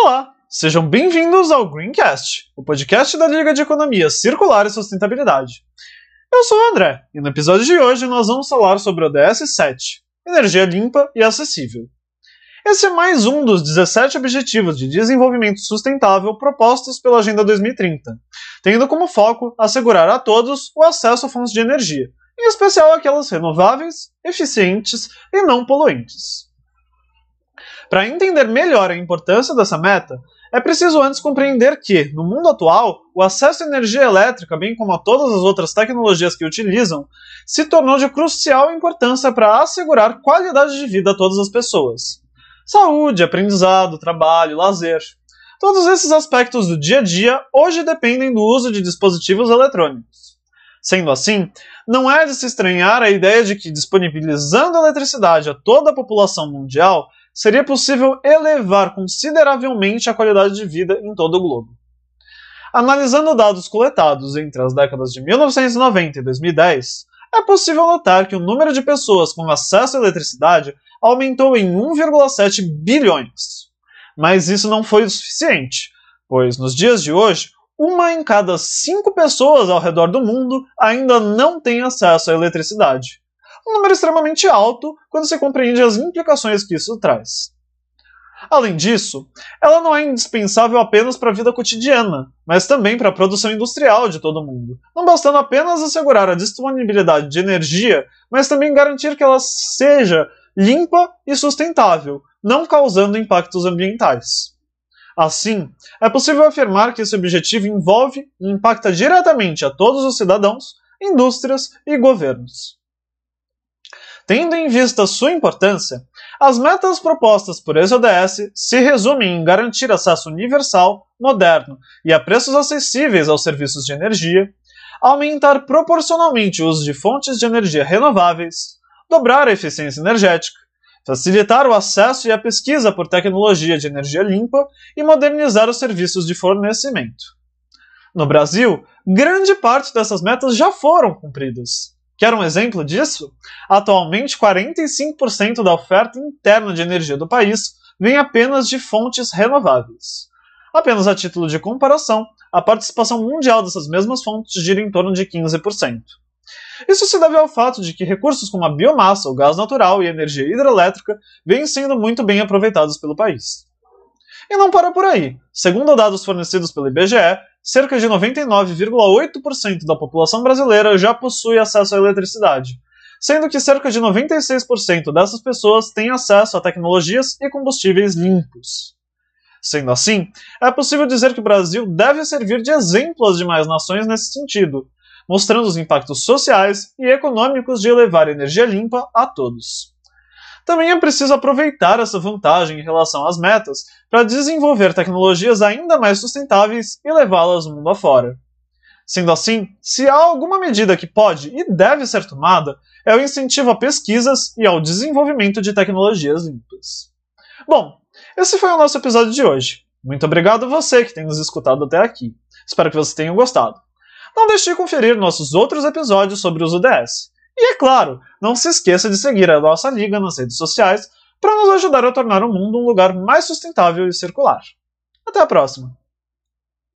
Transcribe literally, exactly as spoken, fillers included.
Olá, sejam bem-vindos ao Greencast, o podcast da Liga de Economia Circular e Sustentabilidade. Eu sou o André, e no episódio de hoje nós vamos falar sobre o O D S sete, Energia Limpa e Acessível. Esse é mais um dos dezessete Objetivos de Desenvolvimento Sustentável propostos pela Agenda dois mil e trinta, tendo como foco assegurar a todos o acesso a fontes de energia, em especial aquelas renováveis, eficientes e não poluentes. Para entender melhor a importância dessa meta, é preciso antes compreender que, no mundo atual, o acesso à energia elétrica, bem como a todas as outras tecnologias que utilizam, se tornou de crucial importância para assegurar qualidade de vida a todas as pessoas. Saúde, aprendizado, trabalho, lazer. Todos esses aspectos do dia a dia hoje dependem do uso de dispositivos eletrônicos. Sendo assim, não é de se estranhar a ideia de que, disponibilizando eletricidade a toda a população mundial, seria possível elevar consideravelmente a qualidade de vida em todo o globo. Analisando dados coletados entre as décadas de mil novecentos e noventa e dois mil e dez, é possível notar que o número de pessoas com acesso à eletricidade aumentou em um vírgula sete bilhões. Mas isso não foi o suficiente, pois nos dias de hoje, uma em cada cinco pessoas ao redor do mundo ainda não tem acesso à eletricidade. Um número extremamente alto quando se compreende as implicações que isso traz. Além disso, ela não é indispensável apenas para a vida cotidiana, mas também para a produção industrial de todo mundo, não bastando apenas assegurar a disponibilidade de energia, mas também garantir que ela seja limpa e sustentável, não causando impactos ambientais. Assim, é possível afirmar que esse objetivo envolve e impacta diretamente a todos os cidadãos, indústrias e governos. Tendo em vista sua importância, as metas propostas por esse O D S se resumem em garantir acesso universal, moderno e a preços acessíveis aos serviços de energia, aumentar proporcionalmente o uso de fontes de energia renováveis, dobrar a eficiência energética, facilitar o acesso e a pesquisa por tecnologia de energia limpa e modernizar os serviços de fornecimento. No Brasil, grande parte dessas metas já foram cumpridas. Quer um exemplo disso? Atualmente, quarenta e cinco por cento da oferta interna de energia do país vem apenas de fontes renováveis. Apenas a título de comparação, a participação mundial dessas mesmas fontes gira em torno de quinze por cento. Isso se deve ao fato de que recursos como a biomassa, o gás natural e a energia hidrelétrica vêm sendo muito bem aproveitados pelo país. E não para por aí. Segundo dados fornecidos pelo I B G E, cerca de noventa e nove vírgula oito por cento da população brasileira já possui acesso à eletricidade, sendo que cerca de noventa e seis por cento dessas pessoas têm acesso a tecnologias e combustíveis limpos. Sendo assim, é possível dizer que o Brasil deve servir de exemplo às demais nações nesse sentido, mostrando os impactos sociais e econômicos de levar energia limpa a todos. Também é preciso aproveitar essa vantagem em relação às metas para desenvolver tecnologias ainda mais sustentáveis e levá-las mundo afora. Sendo assim, se há alguma medida que pode e deve ser tomada, é o incentivo a pesquisas e ao desenvolvimento de tecnologias limpas. Bom, esse foi o nosso episódio de hoje. Muito obrigado a você que tem nos escutado até aqui. Espero que vocês tenham gostado. Não deixe de conferir nossos outros episódios sobre os O D S. E, é claro, não se esqueça de seguir a nossa liga nas redes sociais para nos ajudar a tornar o mundo um lugar mais sustentável e circular. Até a próxima!